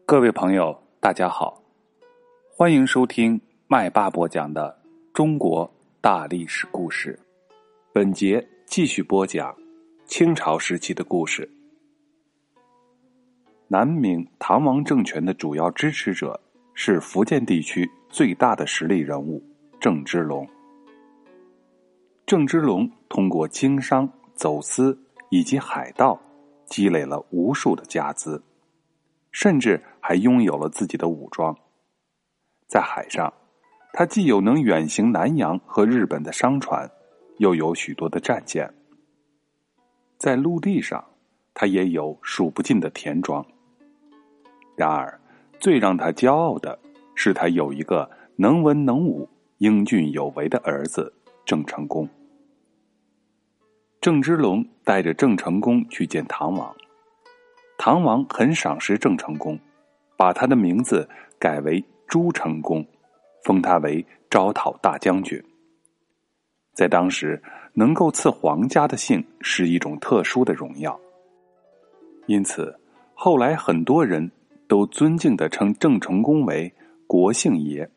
各位朋友，大家好，欢迎收听麦霸播讲的中国大历史故事。本节继续播讲清朝时期的故事。南明唐王政权的主要支持者是福建地区最大的实力人物郑芝龙。郑芝龙通过经商、走私以及海盗，积累了无数的家资，甚至还拥有了自己的武装。在海上，他既有能远行南洋和日本的商船，又有许多的战舰。在陆地上，他也有数不尽的田庄。然而，最让他骄傲的是他有一个能文能武、英俊有为的儿子郑成功。郑芝龙带着郑成功去见唐王，唐王很赏识郑成功，把他的名字改为朱成功，封他为招讨大将军。在当时，能够赐皇家的姓是一种特殊的荣耀，因此后来很多人都尊敬地称郑成功为国姓爷。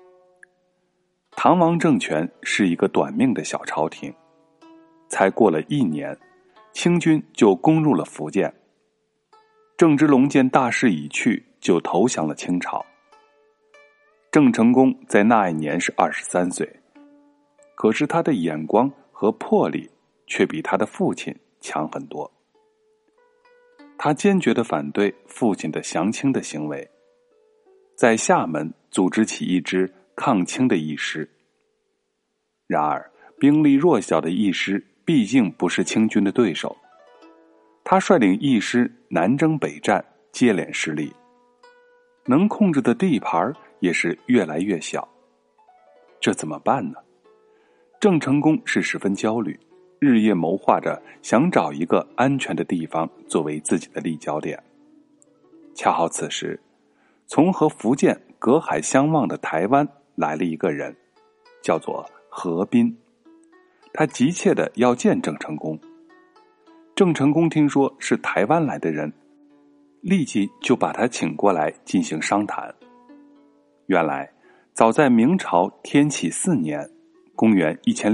唐王政权是一个短命的小朝廷，才过了1年，清军就攻入了福建。郑芝龙见大势已去，就投降了清朝。郑成功在那一年是23岁，可是他的眼光和魄力却比他的父亲强很多。他坚决地反对父亲的降清的行为，在厦门组织起一支抗清的义师。然而，兵力弱小的义师毕竟不是清军的对手，他率领义师南征北战，接连失利，能控制的地盘也是越来越小。这怎么办呢？郑成功是十分焦虑，日夜谋划着想找一个安全的地方作为自己的立脚点。恰好此时，从和福建隔海相望的台湾来了一个人，叫做何斌。他急切地要见郑成功。郑成功听说是台湾来的人，立即就把他请过来进行商谈。原来，早在明朝天启4年，公元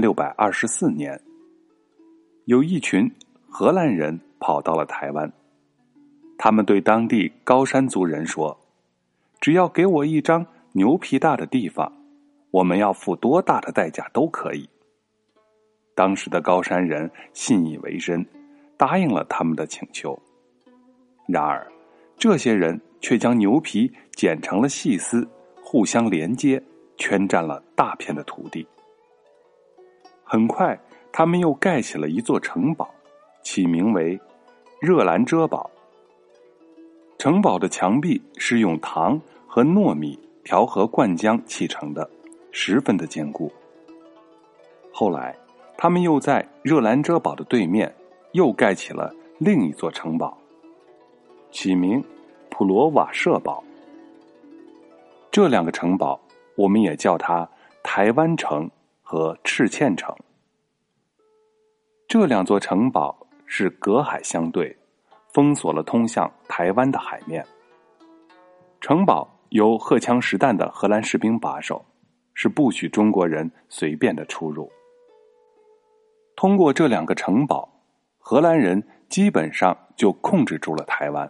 1624年，有一群荷兰人跑到了台湾。他们对当地高山族人说，只要给我一张牛皮大的地方，我们要付多大的代价都可以。当时的高山人信以为真，答应了他们的请求。然而，这些人却将牛皮剪成了细丝，互相连接，圈占了大片的土地。很快，他们又盖起了一座城堡，起名为热兰遮堡。城堡的墙壁是用糖和糯米调和灌浆砌成的，十分的坚固。后来，他们又在热兰遮堡的对面又盖起了另一座城堡，起名普罗瓦舍堡。这2个城堡我们也叫它台湾城和赤堑城。这2座城堡是隔海相对，封锁了通向台湾的海面。城堡由荷枪实弹的荷兰士兵把守，是不许中国人随便的出入。通过这2个城堡，荷兰人基本上就控制住了台湾。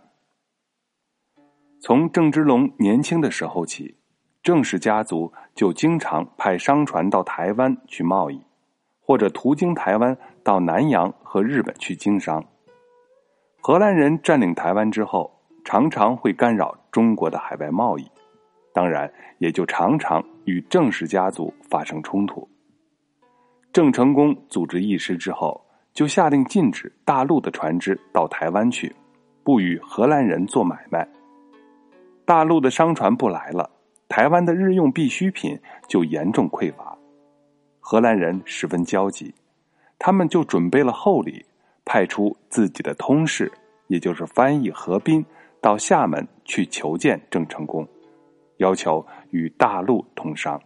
从郑芝龙年轻的时候起，郑氏家族就经常派商船到台湾去贸易，或者途经台湾到南洋和日本去经商。荷兰人占领台湾之后，常常会干扰中国的海外贸易，当然也就常常与郑氏家族发生冲突。郑成功组织义师之后，就下令禁止大陆的船只到台湾去，不与荷兰人做买卖。大陆的商船不来了，台湾的日用必需品就严重匮乏。荷兰人十分焦急，他们就准备了厚礼，派出自己的通事，也就是翻译何斌，到厦门去求见郑成功，要求与大陆通商。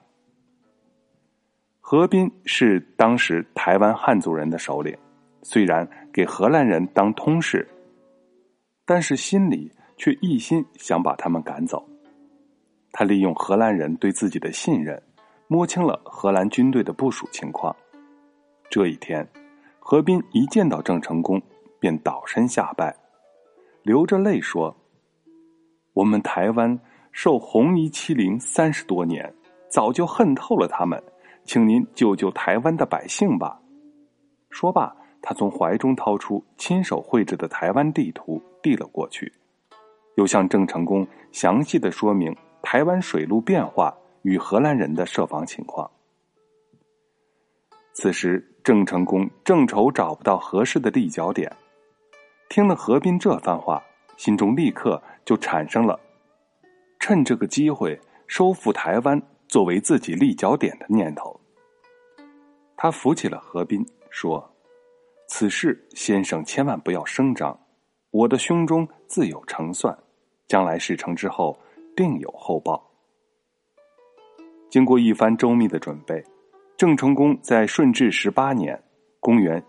何斌是当时台湾汉族人的首领，虽然给荷兰人当通事，但是心里却一心想把他们赶走。他利用荷兰人对自己的信任，摸清了荷兰军队的部署情况。这一天，何斌一见到郑成功，便倒身下拜，流着泪说：“我们台湾受红夷欺凌30多年，早就恨透了他们，请您救救台湾的百姓吧。”说罢，他从怀中掏出亲手绘制的台湾地图递了过去，又向郑成功详细地说明台湾水路变化与荷兰人的设防情况。此时郑成功正愁找不到合适的立脚点，听了何斌这番话，心中立刻就产生了趁这个机会收复台湾作为自己立脚点的念头。他扶起了何斌，说：“此事先生千万不要声张，我的胸中自有成算，将来事成之后定有后报。”经过一番周密的准备，郑成功在顺治18年公元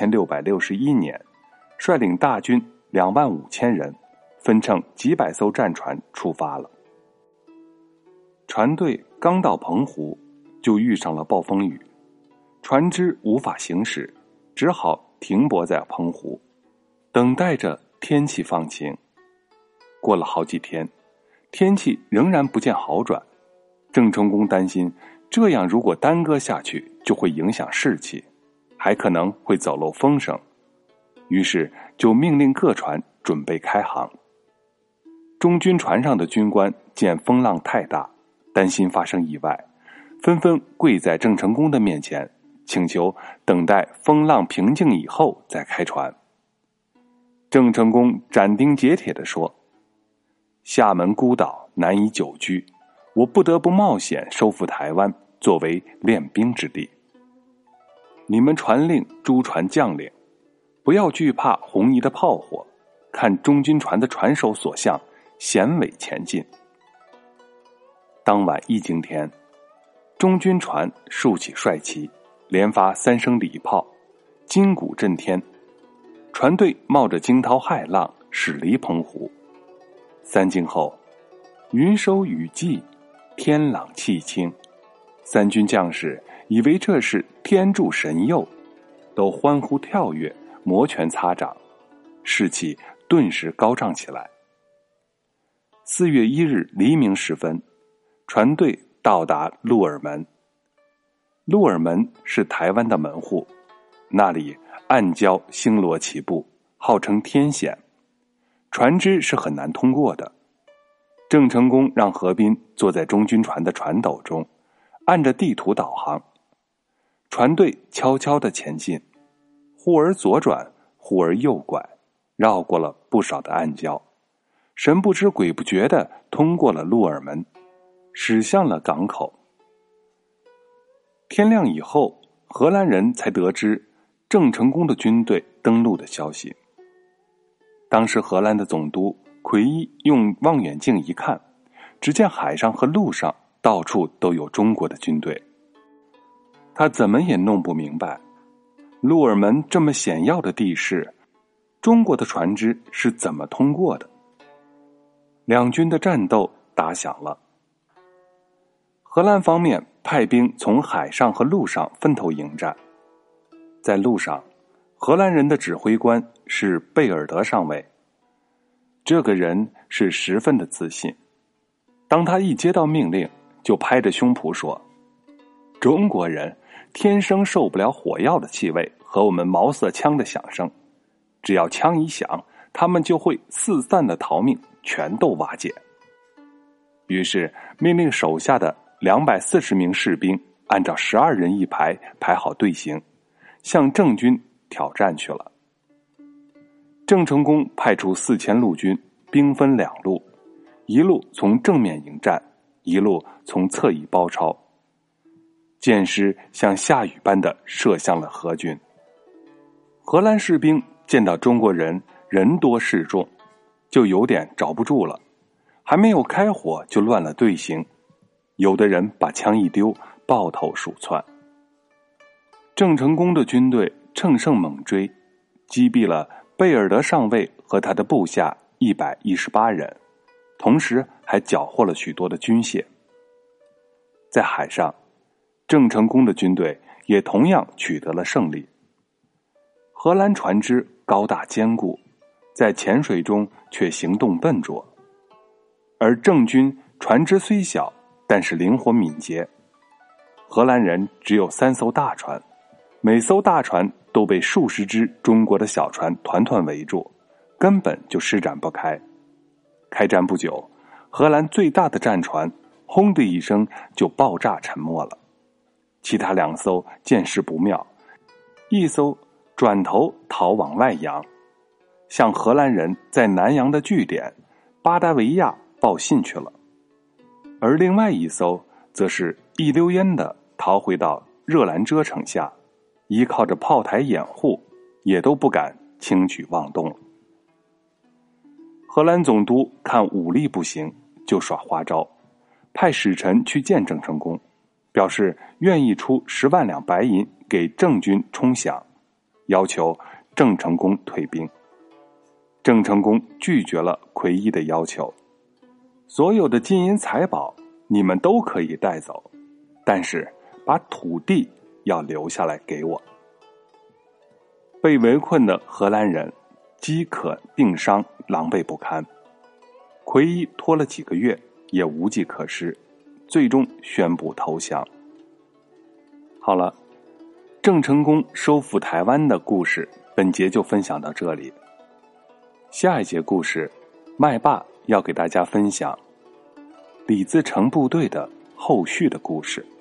1661年率领大军25000人，分乘几百艘战船出发了。船队刚到澎湖，就遇上了暴风雨，船只无法行驶，只好停泊在澎湖，等待着天气放晴。过了好几天，天气仍然不见好转。郑成功担心，这样如果耽搁下去，就会影响士气，还可能会走漏风声。于是就命令各船准备开航。中军船上的军官见风浪太大，担心发生意外，纷纷跪在郑成功的面前，请求等待风浪平静以后再开船。郑成功斩钉截铁地说：“厦门孤岛难以久居，我不得不冒险收复台湾，作为练兵之地。你们传令诸船将领，不要惧怕红夷的炮火，看中军船的船首所向，衔尾前进。”当晚一更天，中军船竖起帅旗，连发3声礼炮，金鼓震天，船队冒着惊涛骇浪驶离澎湖。3更后，云收雨霁，天朗气清，三军将士以为这是天助神佑，都欢呼跳跃，摩拳擦掌，士气顿时高涨起来。4月1日黎明时分，船队到达鹿耳门。鹿耳门是台湾的门户，那里暗礁星罗棋布，号称天险，船只是很难通过的。郑成功让何斌坐在中军船的船斗中，按着地图导航。船队悄悄地前进，忽而左转，忽而右拐，绕过了不少的暗礁，神不知鬼不觉地通过了鹿耳门，驶向了港口。天亮以后，荷兰人才得知郑成功的军队登陆的消息。当时荷兰的总督奎伊用望远镜一看，只见海上和陆上到处都有中国的军队。他怎么也弄不明白，鹿耳门这么险要的地势，中国的船只是怎么通过的。两军的战斗打响了。荷兰方面派兵从海上和陆上分头迎战。在路上，荷兰人的指挥官是贝尔德上尉。这个人是十分的自信，当他一接到命令，就拍着胸脯说：“中国人天生受不了火药的气味和我们毛瑟枪的响声，只要枪一响，他们就会四散的逃命，全都瓦解。”于是命令手下的240名士兵按照12人一排排好队形，向郑军挑战去了。郑成功派出4000陆军，兵分2路，一路从正面迎战，一路从侧翼包抄。箭矢像下雨般的射向了荷军。荷兰士兵见到中国人人多势众，就有点着不住了，还没有开火就乱了队形，有的人把枪一丢，抱头鼠窜。郑成功的军队乘胜猛追，击毙了贝尔德上尉和他的部下 118人，同时还缴获了许多的军械。在海上，郑成功的军队也同样取得了胜利。荷兰船只高大坚固，在浅水中却行动笨拙，而郑军船只虽小，但是灵活敏捷。荷兰人只有3艘大船，每艘大船都被数十只中国的小船团团围住，根本就施展不开。开战不久，荷兰最大的战船轰的一声就爆炸沉没了。其他2艘见势不妙，一艘转头逃往外洋，向荷兰人在南洋的据点巴达维亚报信去了。而另外一艘则是一溜烟地逃回到热兰遮城下，依靠着炮台掩护，也都不敢轻举妄动了。荷兰总督看武力不行，就耍花招，派使臣去见郑成功，表示愿意出10万两白银给郑军充饷，要求郑成功退兵。郑成功拒绝了奎一的要求，所有的金银财宝你们都可以带走，但是把土地要留下来给我。被围困的荷兰人饥渴病伤，狼狈不堪。奎一拖了几个月也无计可施，最终宣布投降。好了，郑成功收复台湾的故事本节就分享到这里。下一节故事，麦霸要给大家分享李自成部队的后续的故事。